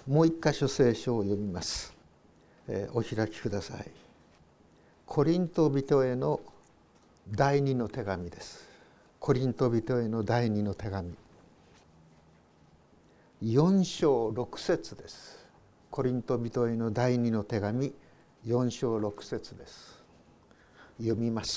もう一箇所聖書を読みます。お開きください。コリント人への第二の手紙です。コリント人への第二の手紙、4章6節です。コリント人への第二の手紙4章6節です。読みます。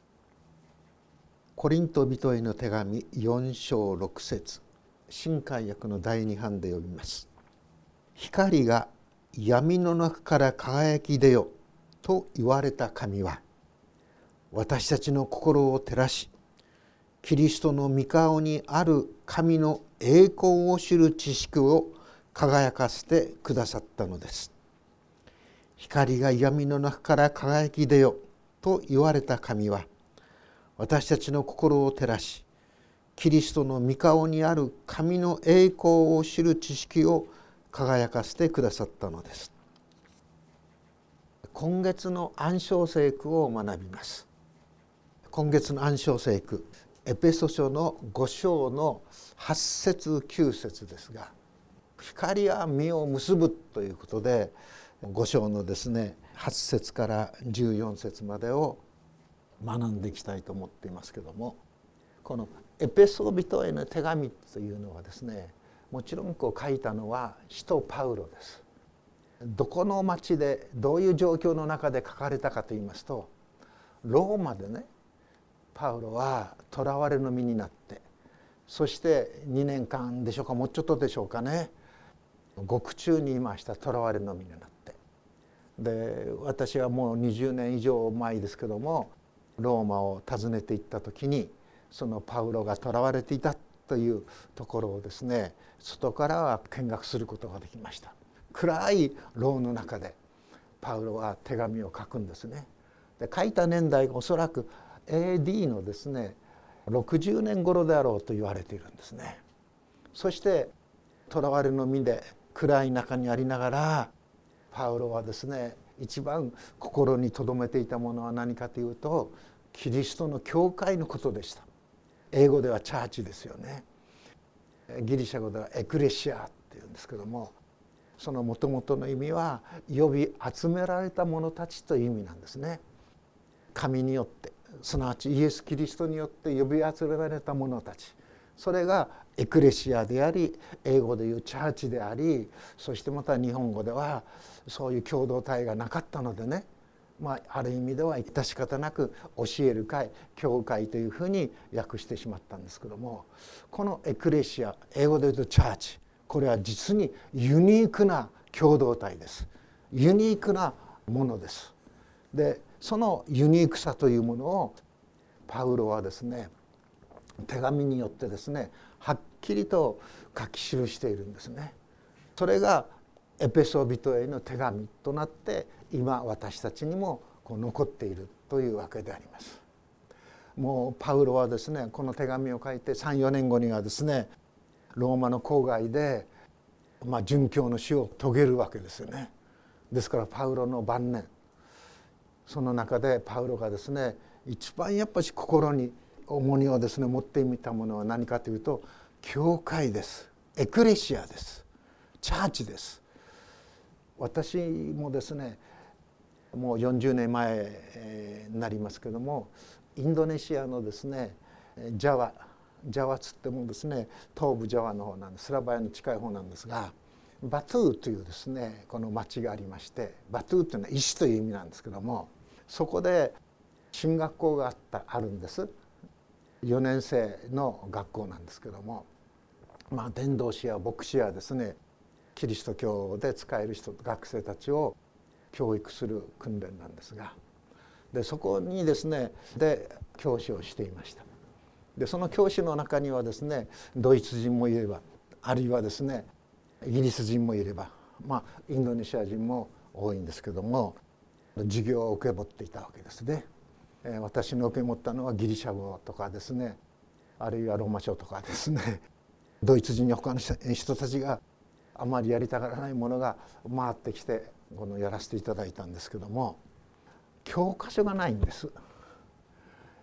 コリント人への手紙4章6節、新海訳の第二版で読みます。光が闇の中から輝き出よと言われた神は、私たちの心を照らし、キリストの御顔にある神の栄光を知る知識を輝かせてくださったのです。光が闇の中から輝き出よと言われた神は、私たちの心を照らし、キリストの御顔にある神の栄光を知る知識を輝かせてくださったのです。今月の暗唱聖句を学びます。今月の暗唱聖句、エペソ書の5章の8節9節ですが、光は実を結ぶということで、5章のですね8節から14節までを学んでいきたいと思っていますけども、このエペソ人への手紙というのはですね、もちろん書いたのは使徒パウロです。どこの町でどういう状況の中で書かれたかといいますと、ローマでね、パウロは囚われの身になって、そして2年間でしょうか、もうちょっとでしょうかね、獄中にいました。囚われの身になって、で私はもう20年以上前ですけども、ローマを訪ねて行った時に、そのパウロが囚われていたというところをですね、外からは見学することができました。暗い牢の中でパウロは手紙を書くんですね。で書いた年代がおそらく AD のですね60年頃であろうと言われているんですね。そして囚われの身で暗い中にありながら、パウロはですね一番心に留めていたものは何かというと、キリストの教会のことでした。英語ではチャーチですよね。ギリシャ語ではエクレシアっていうんですけども、そのもともとの意味は呼び集められた者たちという意味なんですね。神によって、すなわちイエス・キリストによって呼び集められた者たち、それがエクレシアであり、英語でいうチャーチであり、そしてまた日本語ではそういう共同体がなかったのでね、ある意味では致し方なく教える会、教会というふうに訳してしまったんですけども、このエクレシア、英語で言うとチャーチ、これは実にユニークな共同体です。ユニークなものです。でそのユニークさというものをパウロはですね、手紙によってですねはっきりと書き記しているんですね。それがエペソ人への手紙となって、今私たちにも残っているというわけであります。もうパウロはですね、この手紙を書いて 3,4 年後にはですね、ローマの郊外で殉教の死を遂げるわけですよね。ですからパウロの晩年、その中でパウロがですね一番やっぱり心に重荷をですね持ってみたものは何かというと、教会です。エクレシアです。チャーチです。私もですね、もう40年前になりますけども、インドネシアのですねジャワつってもですね、東部ジャワの方なんです、スラバヤに近い方なんですが、バトゥーというですねこの町がありまして、バトゥーというのは石という意味なんですけども、そこで神学校があるんです。4年生の学校なんですけども、伝道師や牧師やですねキリスト教で使える学生たちを教育する訓練なんですが、でそこにですね教師をしていました。でその教師の中にはですねドイツ人もいれば、あるいはですねイギリス人もいれば、インドネシア人も多いんですけども、授業を受け持っていたわけですね。私の受け持ったのはギリシャ語とかですね、あるいはローマ書とかですね、ドイツ人や他の人たちがあまりやりたがらないものが回ってきてやらせていただいたんですけども、教科書がないんです。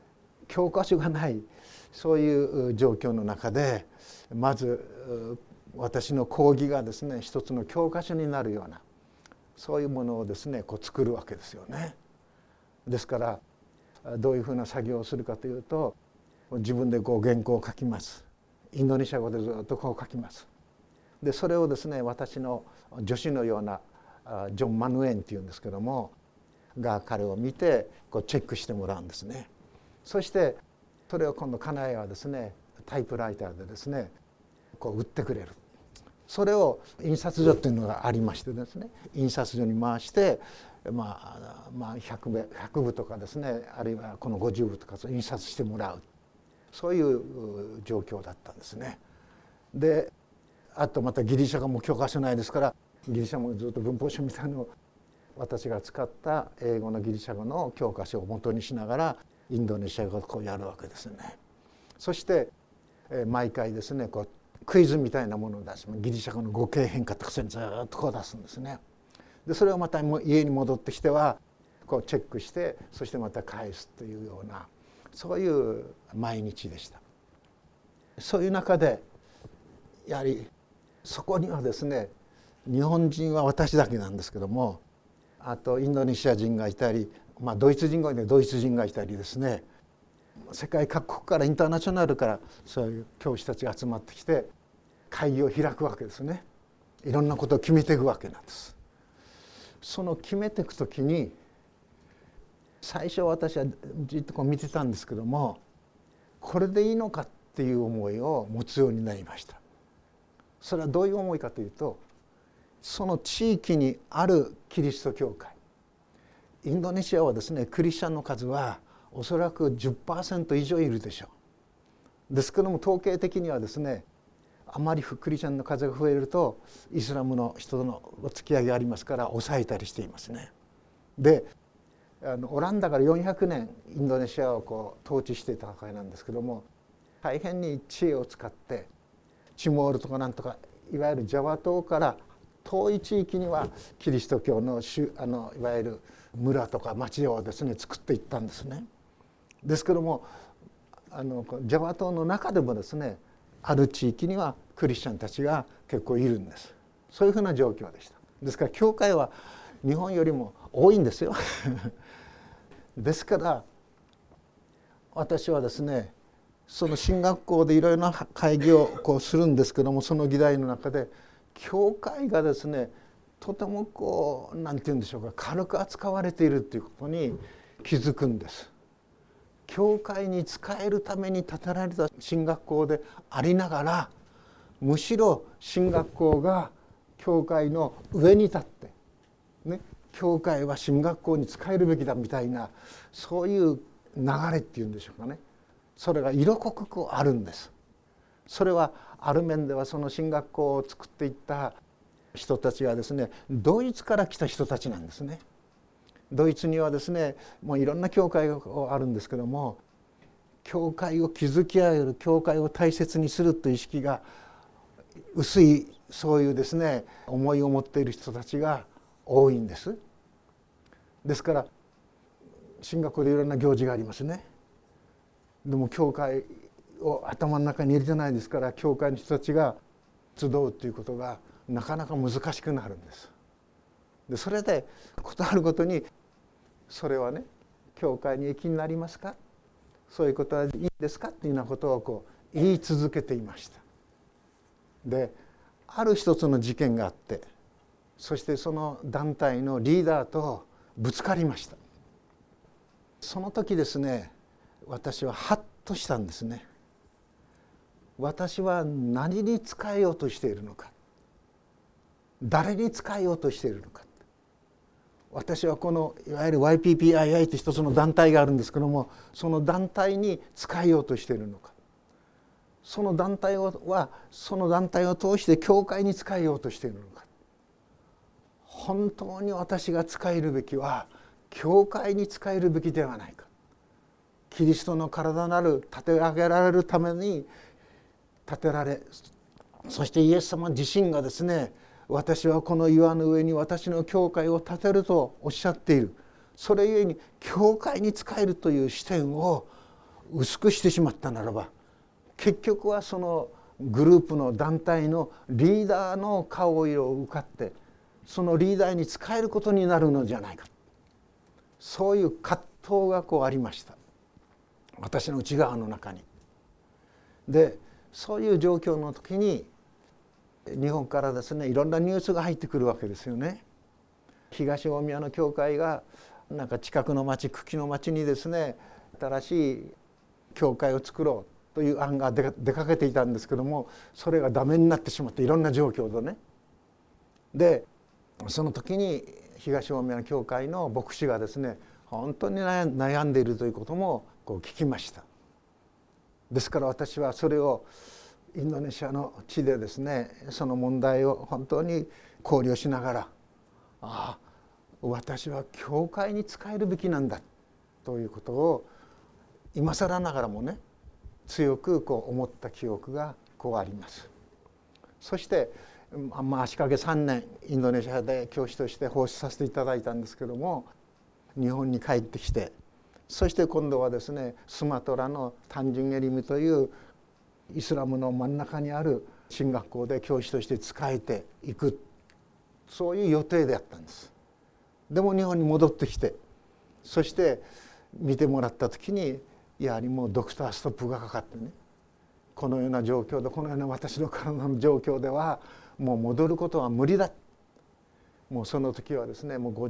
教科書がない、そういう状況の中で、まず私の講義がですね一つの教科書になるようなそういうものをですね作るわけですよね。ですからどういうふうな作業をするかというと、自分で原稿を書きます。インドネシア語でずっとこう書きます。でそれをですね私の助手のようなジョン・マヌエンっていうんですけどもが彼を見てチェックしてもらうんですね。そしてそれを今度家内はですねタイプライターでですね打ってくれる。それを印刷所っていうのがありましてですね、印刷所に回して100部とかですね、あるいはこの50部とか印刷してもらう、そういう状況だったんですね。であとまたギリシャ語も教科書ないですから、ギリシャもずっと文法書みたいなのを私が使った英語のギリシャ語の教科書を元にしながらインドネシア語をやるわけですね。そして毎回ですねクイズみたいなものを出します。ギリシャ語の語形変化とかそれずっと出すんですね。でそれをまた家に戻ってきてはチェックして、そしてまた返すというような、そういう毎日でした。そういう中でやはりそこにはですね、日本人は私だけなんですけども、あとインドネシア人がいたり、ドイツ人がいてドイツ人がいたりですね、世界各国からインターナショナルからそういう教師たちが集まってきて会議を開くわけですね。いろんなことを決めていくわけなんです。その決めていくときに最初私はじっと見てたんですけども、これでいいのかっていう思いを持つようになりました。それはどういう思いかというと、その地域にあるキリスト教会、インドネシアはですねクリスチャンの数はおそらく 10% 以上いるでしょう。ですけども統計的にはですね、あまりクリスチャンの数が増えるとイスラムの人とのお付き合いがありますから抑えたりしていますね。でオランダから400年インドネシアを統治していた会なんですけども、大変に知恵を使ってチモールとかなんとか、いわゆるジャワ島から遠い地域にはキリスト教のいわゆる村とか町をですね作っていったんですね。ですけどもジャワ島の中でもですね、ある地域にはクリスチャンたちが結構いるんです。そういうふうな状況でした。ですから教会は日本よりも多いんですよですから私はですね、その進学校でいろいろな会議をするんですけども、その議題の中で教会がですねとてもなんて言うんでしょうか、軽く扱われているということに気づくんです。教会に仕えるために建てられた神学校でありながら、むしろ神学校が教会の上に立ってね、教会は神学校に仕えるべきだみたいな、そういう流れっていうんでしょうかね、それが色濃くあるんです。それはある面ではその神学校を作っていった人たちはですね、ドイツから来た人たちなんですね。ドイツにはですねもういろんな教会があるんですけども、教会を築き上げる、教会を大切にするという意識が薄い、そういうですね思いを持っている人たちが多いんです。ですから神学校でいろんな行事がありますね。でも教会を頭の中に入れてないですから、教会の人たちが集うということがなかなか難しくなるんです。でそれで事あるごとにそれはね、教会に益になりますか、そういうことはいいですかっていうようなことを言い続けていました。である一つの事件があって、そしてその団体のリーダーとぶつかりました。その時ですね、私はハッとしたんですね。私は何に仕えようとしているのか、誰に仕えようとしているのか。私はこのいわゆる YPPII という一つの団体があるんですけども、その団体に仕えようとしているのか、その団体はその団体を通して教会に仕えようとしているのか。本当に私が仕えるべきは教会に仕えるべきではないか。キリストの体なる立て上げられるために立てられ、そしてイエス様自身がですね、私はこの岩の上に私の教会を建てるとおっしゃっている。それゆえに教会に仕えるという視点を薄くしてしまったならば、結局はそのグループの団体のリーダーの顔色を受かってそのリーダーに仕えることになるのじゃないか、そういう葛藤がありました、私の内側の中に。でそういう状況の時に日本からですねいろんなニュースが入ってくるわけですよね。東大宮の教会がなんか近くの町、久喜の町にですね新しい教会を作ろうという案が出かけていたんですけども、それがダメになってしまって、いろんな状況でね。でその時に東大宮の教会の牧師がですね本当に悩んでいるということも聞きました。ですから私はそれをインドネシアの地でですねその問題を本当に考慮しながら、私は教会に仕えるべきなんだということを今更ながらもね強く思った記憶があります。そして足掛け3年インドネシアで教師として奉仕させていただいたんですけども、日本に帰ってきて、そして今度はですねスマトラのタンジュンエリムというイスラムの真ん中にある進学校で教師として仕えていく、そういう予定であったんです。でも日本に戻ってきて、そして見てもらった時にやはりもうドクターストップがかかってね、このような状況でこのような私の体の状況ではもう戻ることは無理だ。もうその時はですねもう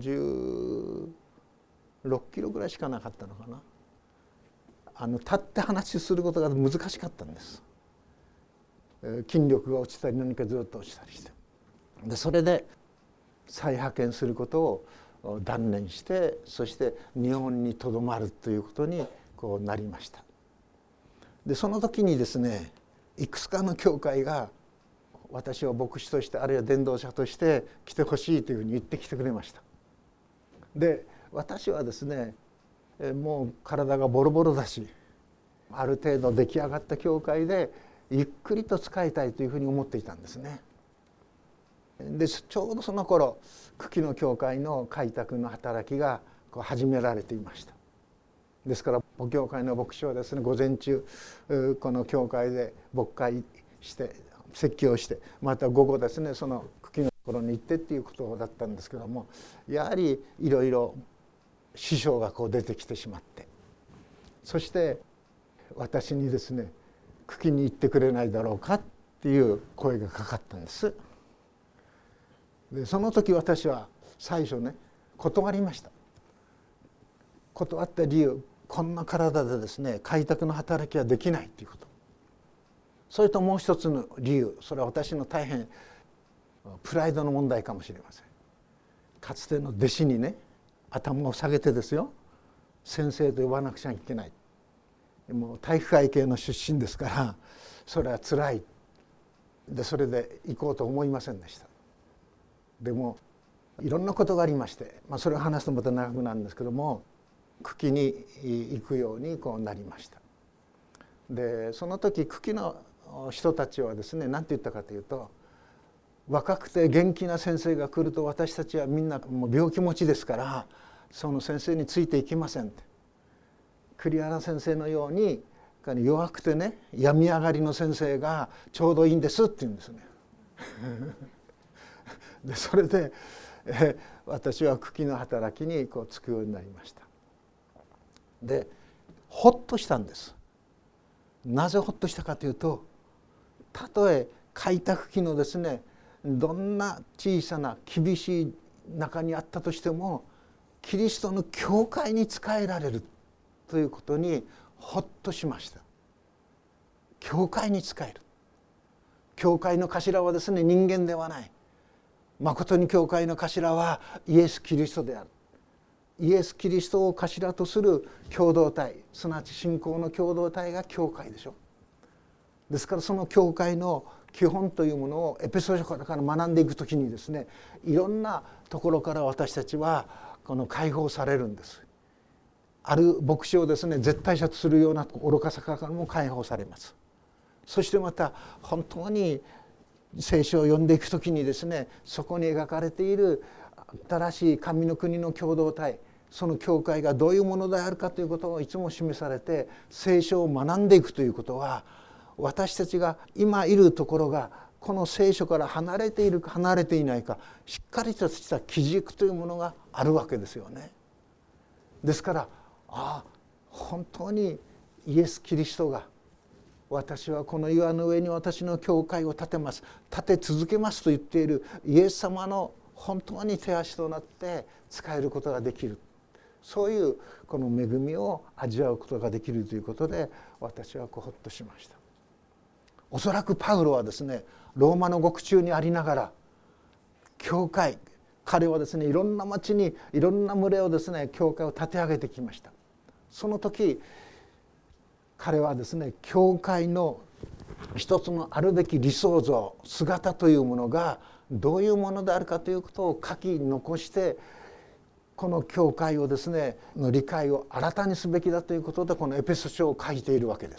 56キロぐらいしかなかったのかな。立って話することが難しかったんです。筋力が落ちたり何かずっと落ちたりして、でそれで再派遣することを断念して、そして日本にとどまるということになりました。でその時にですねいくつかの教会が私を牧師としてあるいは伝道者として来てほしいというふうに言ってきてくれました。で私はですねもう体がボロボロだし、ある程度出来上がった教会でゆっくりと使いたいというふうに思っていたんですね。でちょうどその頃久喜の教会の開拓の働きが始められていました。ですから母教会の牧師はですね午前中この教会で牧会して説教して、また午後ですねその久喜のところに行ってっていうことだったんですけども、やはりいろいろ支障が出てきてしまって、そして私にですね久喜に行ってくれないだろうかっていう声がかかったんです。でその時私は最初ね断りました。断った理由、こんな体でですね開拓の働きはできないということ。それともう一つの理由、それは私の大変プライドの問題かもしれません。かつての弟子にね頭を下げてですよ、先生と呼ばなくちゃいけない、もう体育会系の出身ですからそれはつらいで、それで行こうと思いませんでした。でもいろんなことがありまして、それを話すとまた長くなるんですけども、久喜に行くようになりました。でその時久喜の人たちはですね何て言ったかというと、若くて元気な先生が来ると私たちはみんなもう病気持ちですからその先生についていきませんって。栗原先生のように弱くてね病み上がりの先生がちょうどいいんですって言うんですね。でそれで私は久喜の働きに就くようになりました。でほっとしたんです。なぜほっとしたかというと、たとえ開拓期のですねどんな小さな厳しい中にあったとしてもキリストの教会に仕えられるということにほっとしました。教会に仕える。教会の頭はですね人間ではない。まことに教会の頭はイエス・キリストである。イエス・キリストを頭とする共同体、すなわち信仰の共同体が教会でしょ。ですからその教会の基本というものをエペソ書から学んでいくときにですね、いろんなところから私たちは解放されるんです。ある牧師をですね絶対者とするような愚かさからも解放されます。そしてまた本当に聖書を読んでいくときにですね、そこに描かれている新しい神の国の共同体、その教会がどういうものであるかということをいつも示されて、聖書を学んでいくということは私たちが今いるところがこの聖書から離れているか離れていないか、しっかりとした基軸というものがあるわけですよね。ですから本当にイエス・キリストが私はこの岩の上に私の教会を建てます、建て続けますと言っているイエス様の本当に手足となって使えることができる、そういうこの恵みを味わうことができるということで、私はほっとしました。おそらくパウロはですね、ローマの獄中にありながら教会、彼はですね、いろんな町にいろんな群れをですね、教会を立て上げてきました。その時彼はですね、教会の一つのあるべき理想像、姿というものがどういうものであるかということを書き残して、この教会をですねの理解を新たにすべきだということで、このエペソ書を書いているわけです。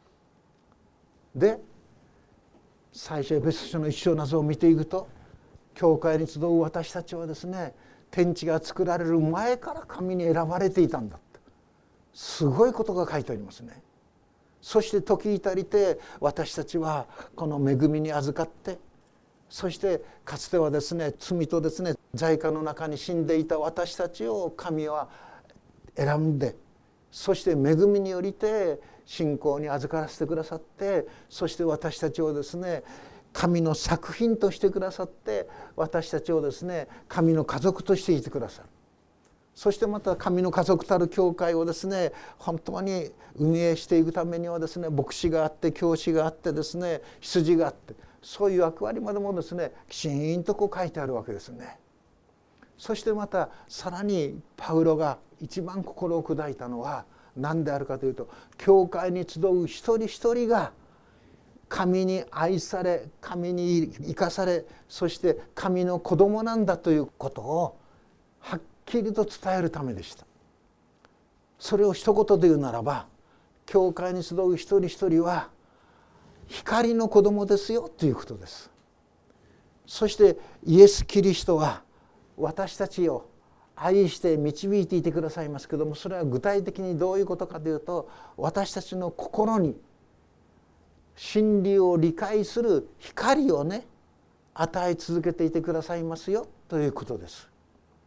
で、最初エペソ書の一章などを見ていくと、教会に集う私たちはですね、天地が作られる前から神に選ばれていたんだって、すごいことが書いてありますね。そして時至りて私たちはこの恵みに預かって、そしてかつてはですね、罪とですね罪過の中に死んでいた私たちを神は選んで、そして恵みによりて信仰に預からせてくださって、そして私たちをですね神の作品としてくださって、私たちをですね神の家族としていてくださる。そしてまた神の家族たる教会をですね本当に運営していくためにはですね、牧師があって教師があってですね羊があって、そういう役割までもですねきちんと書いてあるわけですね。そしてまたさらにパウロが一番心を砕いたのは何であるかというと、教会に集う一人一人が神に愛され、神に生かされ、そして神の子供なんだということをはっきりと伝えるためでした。それを一言で言うならば、教会に集う一人一人は光の子供ですよということです。そしてイエス・キリストは私たちを愛して導いていてくださいますけども、それは具体的にどういうことかというと、私たちの心に真理を理解する光をね与え続けていてくださいますよということです。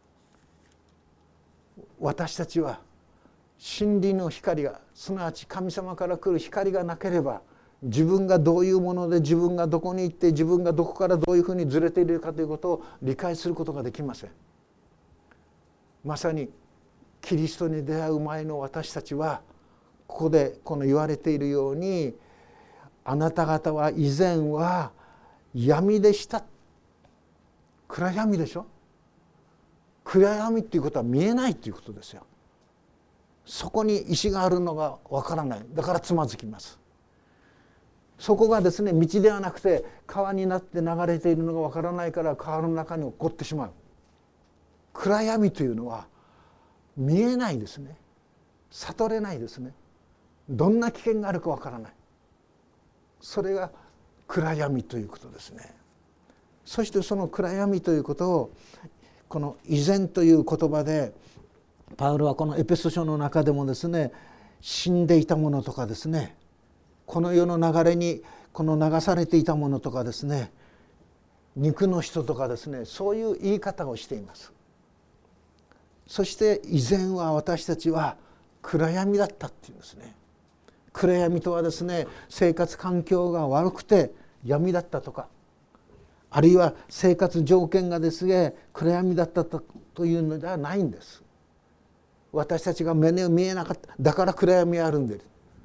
私たちは真理の光が、すなわち神様から来る光がなければ、自分がどういうもので、自分がどこに行って、自分がどこからどういうふうにずれているかということを理解することができません。まさにキリストに出会う前の私たちは、ここでこの言われているように、あなた方は以前は闇でした。暗闇でしょ。暗闇っていうことは見えないということですよ。そこに石があるのがわからない。だからつまずきます。そこがですね道ではなくて川になって流れているのがわからないから、川の中に落っこってしまう。暗闇というのは見えないですね。悟れないですね。どんな危険があるかわからない。それが暗闇ということですね。そしてその暗闇ということをこの以前という言葉でパウロはこのエペソ書の中でもですね、死んでいたものとかですね、この世の流れにこの流されていたものとかですね、肉の人とかですね、そういう言い方をしています。そして以前は私たちは暗闇だったっていうんですね。暗闇とはですね、生活環境が悪くて闇だったとか、あるいは生活条件がですね暗闇だったというのではないんです。私たちが目に見えなかった、だから暗闇があるんです。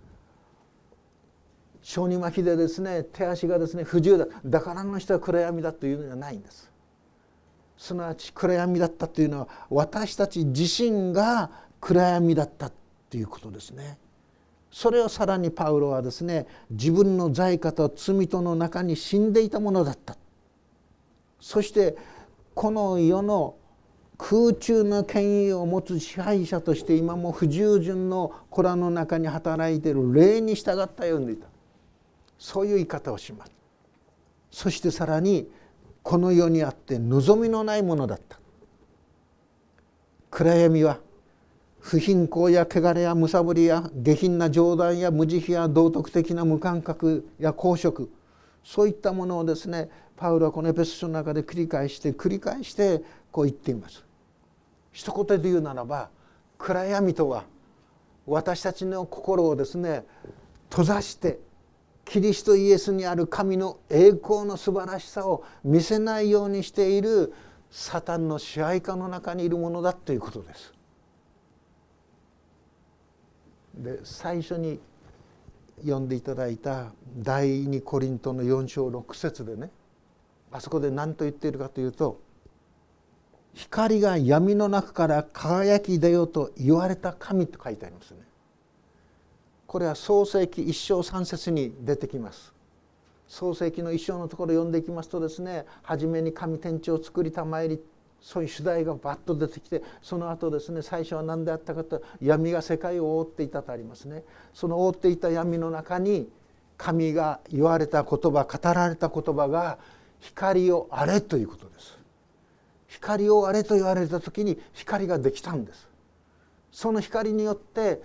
小児麻痺でですね手足がですね不自由だ、だからの人は暗闇だというのではないんです。すなわち暗闇だったというのは私たち自身が暗闇だったということですね。それをさらにパウロはですね、自分の罪過と罪との中に死んでいたものだった。そしてこの世の空中の権威を持つ支配者として今も不従順の子らの中に働いている霊に従ったようにいた。そういう言い方をします。そしてさらにこの世にあって望みのないものだった。暗闇は不貧困や汚れやむさぼりや下品な冗談や無慈悲や道徳的な無感覚や公職、そういったものをですね、パウロはこのエペソ書の中で繰り返してこう言っています。一言で言うならば、暗闇とは私たちの心をですね閉ざして、キリストイエスにある神の栄光の素晴らしさを見せないようにしているサタンの支配下の中にいるものだということです。で、最初に読んでいただいた第2コリントの4章6節でね、あそこで何と言っているかというと、光が闇の中から輝き出ようと言われた神と書いてありますね。これは創世記1章3節に出てきます。創世記の1章のところを読んでいきますとですね、初めに神天地を作りたまえり、そういう主題がバッと出てきて、その後ですね、最初は何であったかと、闇が世界を覆っていたとありますね。その覆っていた闇の中に神が言われた言葉、語られた言葉が光をあれということです。光をあれと言われた時に光ができたんです。その光によって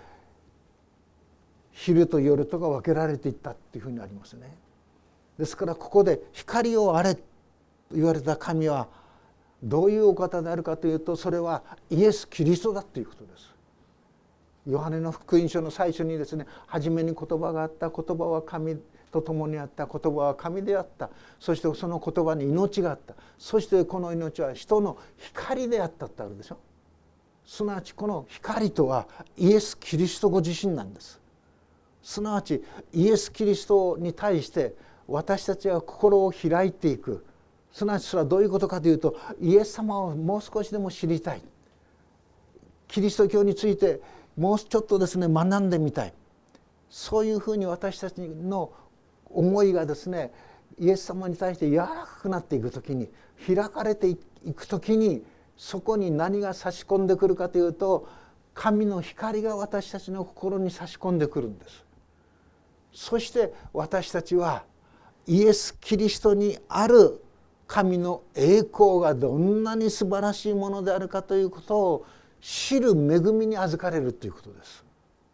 昼と夜とが分けられていったっていうふうにありますね。ですからここで光をあれと言われた神はどういうお方であるかというと、それはイエス・キリストだということです。ヨハネの福音書の最初にですね、初めに言葉があった、言葉は神と共にあった、言葉は神であった、そしてその言葉に命があった、そしてこの命は人の光であったってあるでしょ。すなわちこの光とはイエス・キリストご自身なんです。すなわちイエス・キリストに対して私たちは心を開いていく。すなわちそれはどういうことかというと、イエス様をもう少しでも知りたい、キリスト教についてもうちょっとですね学んでみたい、そういうふうに私たちの思いがですね、イエス様に対して柔らかくなっていくときに、開かれていくときに、そこに何が差し込んでくるかというと、神の光が私たちの心に差し込んでくるんです。そして私たちはイエス・キリストにある神の栄光がどんなに素晴らしいものであるかということを知る恵みに預かれるということです。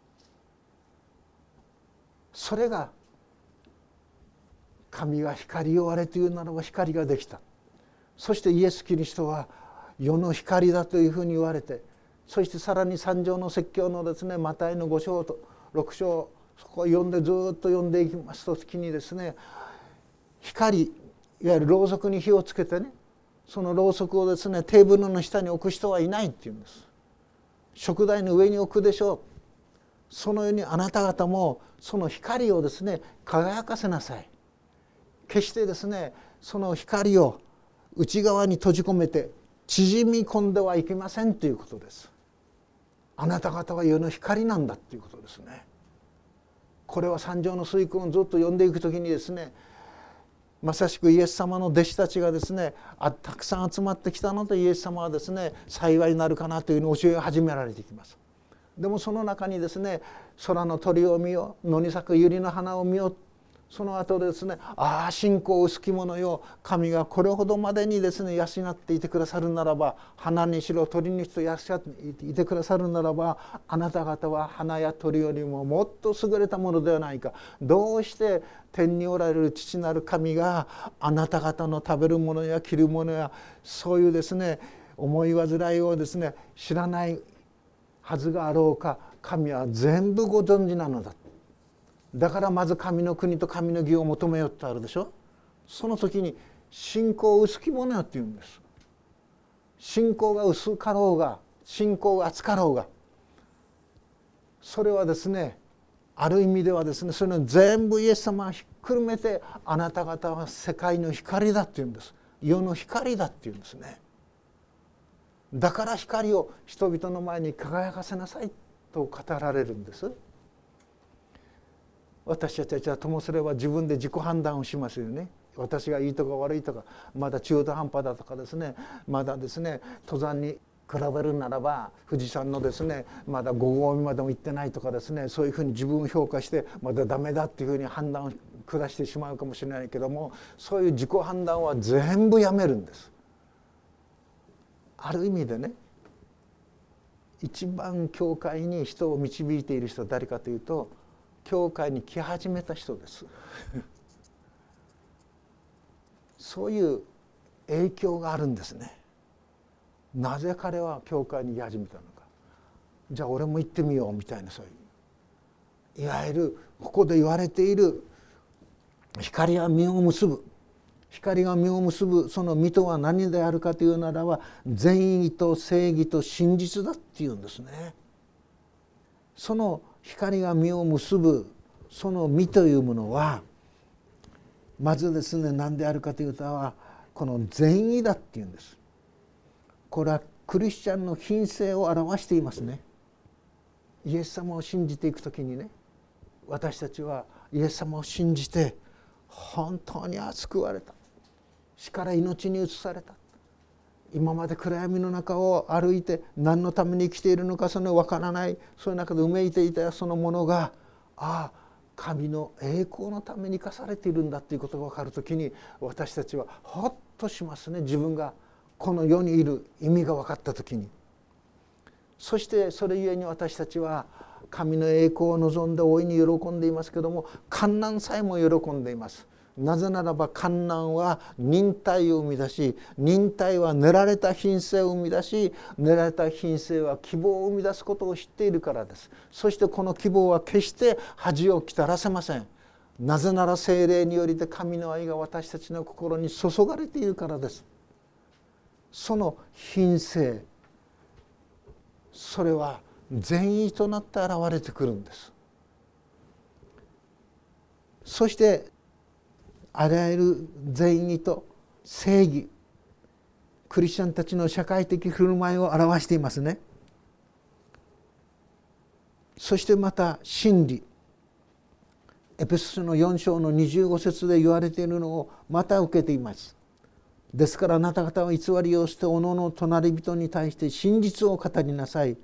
それが神が光をあれというならば光ができた。そしてイエス・キリストは世の光だというふうに言われて、そしてさらに三条の説教のですねマタイの5章と6章、そこを読んでずっと読んでいきますと、時にですね、光、いわゆるろうそくに火をつけてね、そのろうそくをですねテーブルの下に置く人はいないって言うんです。食台の上に置くでしょう。そのようにあなた方もその光をですね輝かせなさい。決してですねその光を内側に閉じ込めて縮み込んではいけませんということです。あなた方は世の光なんだということですね。これは三条の水訓をずっと読んでいくときにですね、まさしくイエス様の弟子たちがですねたくさん集まってきたので、イエス様はですね幸いになるかなというふうに教えを始められていきます。でもその中にですね、空の鳥を見よ、野に咲く百合の花を見よ、その後ですね、ああ信仰薄き者よ、神がこれほどまでにですね養っていてくださるならば、花にしろ鳥にしろ養っていてくださるならば、あなた方は花や鳥よりももっと優れたものではないか。どうして天におられる父なる神があなた方の食べるものや着るものやそういうですね思い煩いをですね知らないはずがあろうか。神は全部ご存知なのだ。だからまず神の国と神の義を求めよってあるでしょ。その時に信仰薄き者よって言うんです。信仰が薄かろうが信仰が厚かろうが、それはですねある意味ではですね、それを全部イエス様がひっくるめて、あなた方は世界の光だって言うんです。世の光だって言うんですね。だから光を人々の前に輝かせなさいと語られるんです。私たちはともすれば自分で自己判断をしますよね。私がいいとか悪いとか、まだ中途半端だとかですね、まだですね登山に比べるならば富士山のですねまだ5合目までも行ってないとかですね、そういうふうに自分を評価してまだダメだっていうふうに判断を下してしまうかもしれないけども、そういう自己判断は全部やめるんです。ある意味でね、 一番教会に人を導いている人は誰かというと、教会に来始めた人ですそういう影響があるんですね。なぜ彼は教会に来始めたのか、じゃあ俺も行ってみようみたいな、そういういわゆるここで言われている光が実を結ぶ、光が実を結ぶその実とは何であるかというならば、善意と正義と真実だっていうんですね。その光が実を結ぶその実というものは、まずですね、何であるかというと、この善意だっていうんです。これはクリスチャンの品性を表していますね。イエス様を信じていくときにね、私たちはイエス様を信じて本当に救われた、死から命に移された、今まで暗闇の中を歩いて何のために生きているのかその分からない、そういう中でうめいていたそのものが、神の栄光のために生かされているんだということが分かるときに、私たちはほっとしますね。自分がこの世にいる意味が分かったときに。そしてそれゆえに私たちは神の栄光を望んで大いに喜んでいますけども、患難さえも喜んでいます。なぜならば患難は忍耐を生み出し、忍耐は練られた品性を生み出し、練られた品性は希望を生み出すことを知っているからです。そしてこの希望は決して恥をきたらせません。なぜなら聖霊によりて神の愛が私たちの心に注がれているからです。その品性、それは善意となって現れてくるんです。そしてあらゆる善意と正義、クリスチャンたちの社会的振る舞いを表していますね。そしてまた真理、エペソ書の4章の25節で言われているのをまた受けています。ですからあなた方は偽りをしておのおの隣人に対して真実を語りなさい。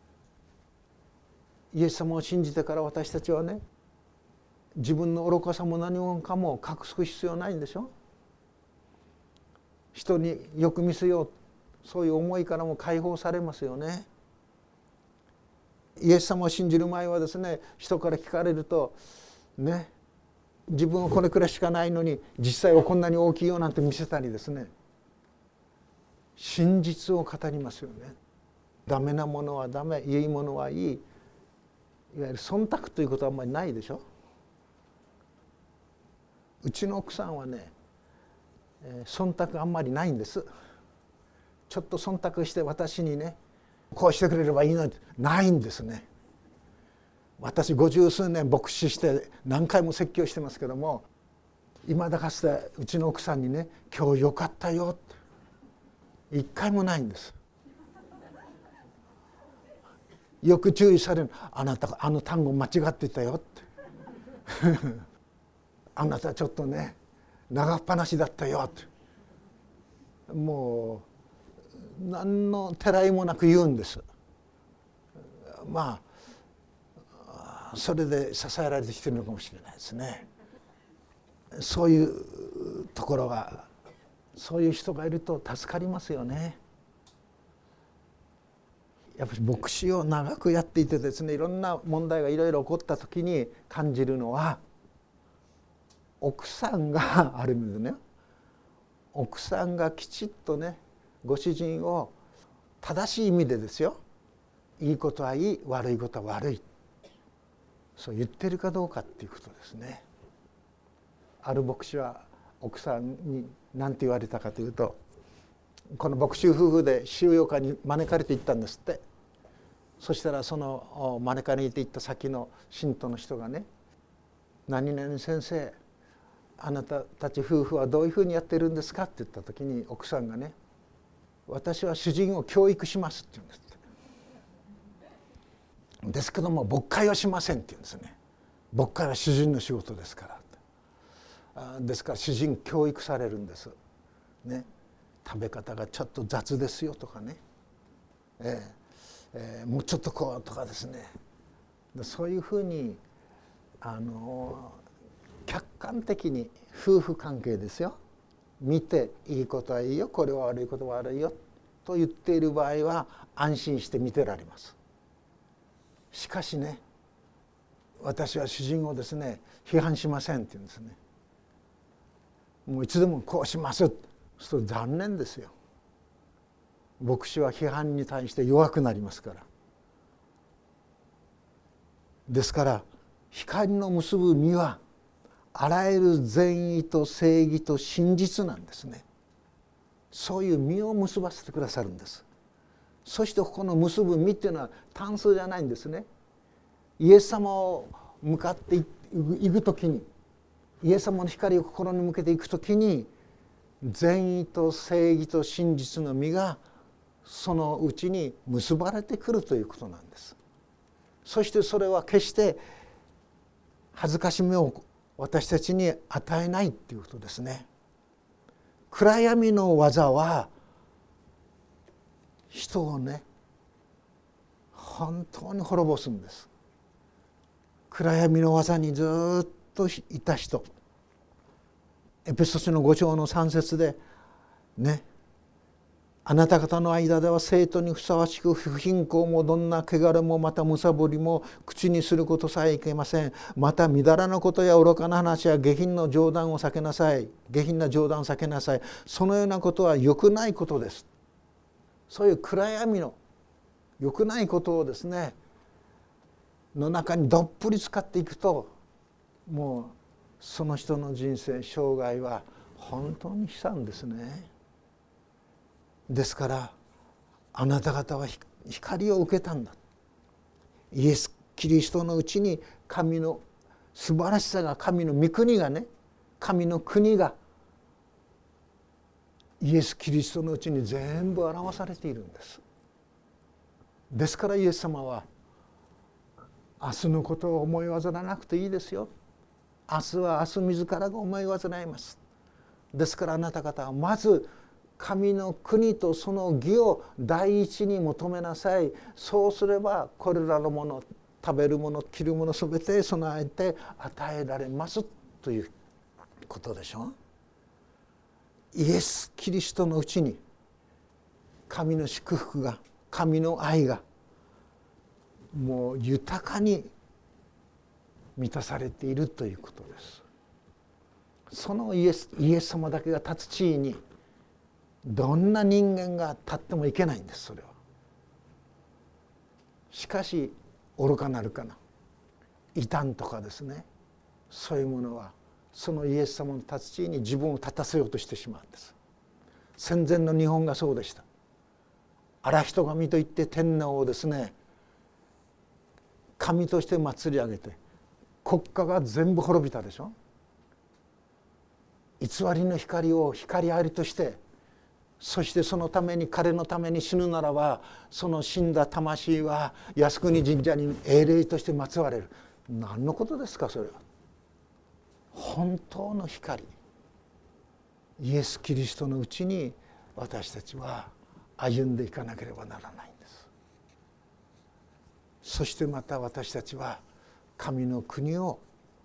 イエス様を信じてから私たちはね、自分の愚かさも何もかも隠す必要ないんでしょ。人によく見せよう、そういう思いからも解放されますよね。イエス様を信じる前はですね、人から聞かれるとね、自分はこれくらいしかないのに実際はこんなに大きいよなんて見せたりですね、真実を語りますよね。ダメなものはダメ、いいものはいい、いわゆる忖度ということはあんまりないでしょ。うちの奥さんはね、忖度あんまりないんです。ちょっと忖度して私にね、こうしてくれればいいのにないんですね。私50数年牧師して何回も説教してますけども、今だかつてうちの奥さんにね、今日よかったよって一回もないんです。よく注意される、あなたあの単語間違ってたよってあなたちょっとね長っぱなしだったよって、もう何のてらいもなく言うんです。まあそれで支えられてきてるのかもしれないですね。そういうところが、そういう人がいると助かりますよね。やっぱり牧師を長くやっていてですね、いろんな問題がいろいろ起こった時に感じるのは、奥さんがある意味でね、奥さんがきちっとねご主人を正しい意味でですよ、いいことはいい、悪いことは悪い、そう言ってるかどうかっていうことですね。ある牧師は奥さんに何て言われたかというと、この牧師夫婦で収容会に招かれて行ったんですって。そしたらその招かれて行った先の信徒の人がね、何々先生、あなたたち夫婦はどういうふうにやってるんですかって言った時に、奥さんがね、私は主人を教育しますって言うんですって。ですけども牧会はしませんって言うんですね。牧会は主人の仕事ですからですから主人教育されるんですね。食べ方がちょっと雑ですよとかね、もうちょっとこうとかですね、そういうふうに客観的に夫婦関係ですよ、見て、いいことはいいよ、これは悪いことは悪いよ、 と言っている場合は安心して見てられます。しかしね、私は主人をですね批判しませんって言うんですね。もういつでもこうします。そうすると残念ですよ。牧師は批判に対して弱くなりますから。ですから光の結ぶ実はあらゆる善意と正義と真実なんですね。そういう実を結ばせてくださるんです。そしてこの結ぶ実っていうのは単数じゃないんですね。イエス様を向かっていくときに、イエス様の光を心に向けていくときに、善意と正義と真実の実がそのうちに結ばれてくるということなんです。そしてそれは決して恥ずかしめを私たちに与えないということですね。暗闇の技は人をね本当に滅ぼすんです。暗闇の技にずっといた人、エペソ書の5章の3節でね、あなた方の間では生徒にふさわしく不貧困もどんな汚れもまたむさぼりも口にすることさえいけません。またみだらなことや愚かな話や下品な冗談を避けなさい。下品な冗談を避けなさい。そのようなことは良くないことです。そういう暗闇の良くないことをですねの中にどっぷり使っていくと、もうその人の人生生涯は本当に悲惨ですね。ですからあなた方は光を受けたんだ。イエス・キリストのうちに神の素晴らしさが、神の御国がね、神の国がイエス・キリストのうちに全部表されているんです。ですからイエス様は明日のことを思い煩わなくていいですよ。明日は明日自らが思い煩います。ですからあなた方はまず神の国とその義を第一に求めなさい。そうすればこれらのもの、食べるもの、着るものすべて備えて与えられますということでしょ。イエス・キリストのうちに神の祝福が、神の愛がもう豊かに満たされているということです。そのイエス様だけが立つ地位にどんな人間が立ってもいけないんです。それはしかし愚かなるかな異端とかですね、そういうものはそのイエス様の立つ地位に自分を立たせようとしてしまうんです。戦前の日本がそうでした。荒人神といって天皇をですね神として祭り上げて国家が全部滅びたでしょ。偽りの光を光ありとして、そしてそのために彼のために死ぬならばその死んだ魂は靖国神社に英霊として祀られる。何のことですかそれは。本当の光イエス・キリストのうちに私たちは歩んでいかなければならないんです。そしてまた私たちは神の国を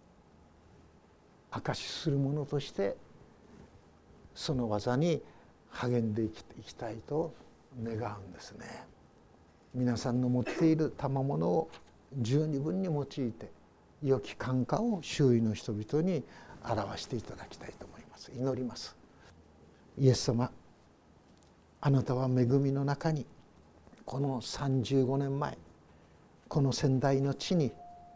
証しするものとしてその技に励んでいきたいと願うんですね。皆さんの持っている賜物を十二分に用いて良き感化を周囲の人々に表していただきたいと思います。祈ります。イエス様、あなたは恵みの中にこの35年前この仙台の地に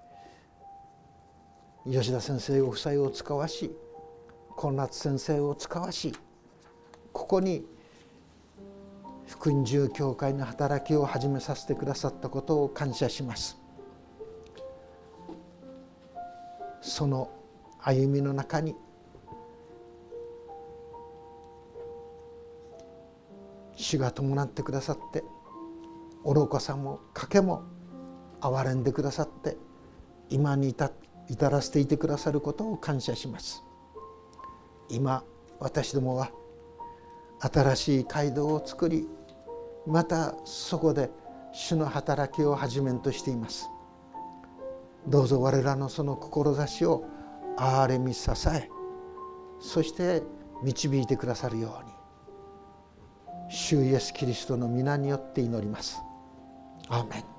吉田先生ご夫妻を使わし、小夏先生を使わし、ここに福音住教会の働きを始めさせてくださったことを感謝します。その歩みの中に主が伴ってくださって、愚かさも賭けも憐れんでくださって、今に至らせていてくださることを感謝します。今私どもは新しい街道を作り、またそこで主の働きを始めんとしています。どうぞ我らのその志を憐れみ支え、そして導いてくださるように、 主イエスキリストの皆によって祈ります。アーメン。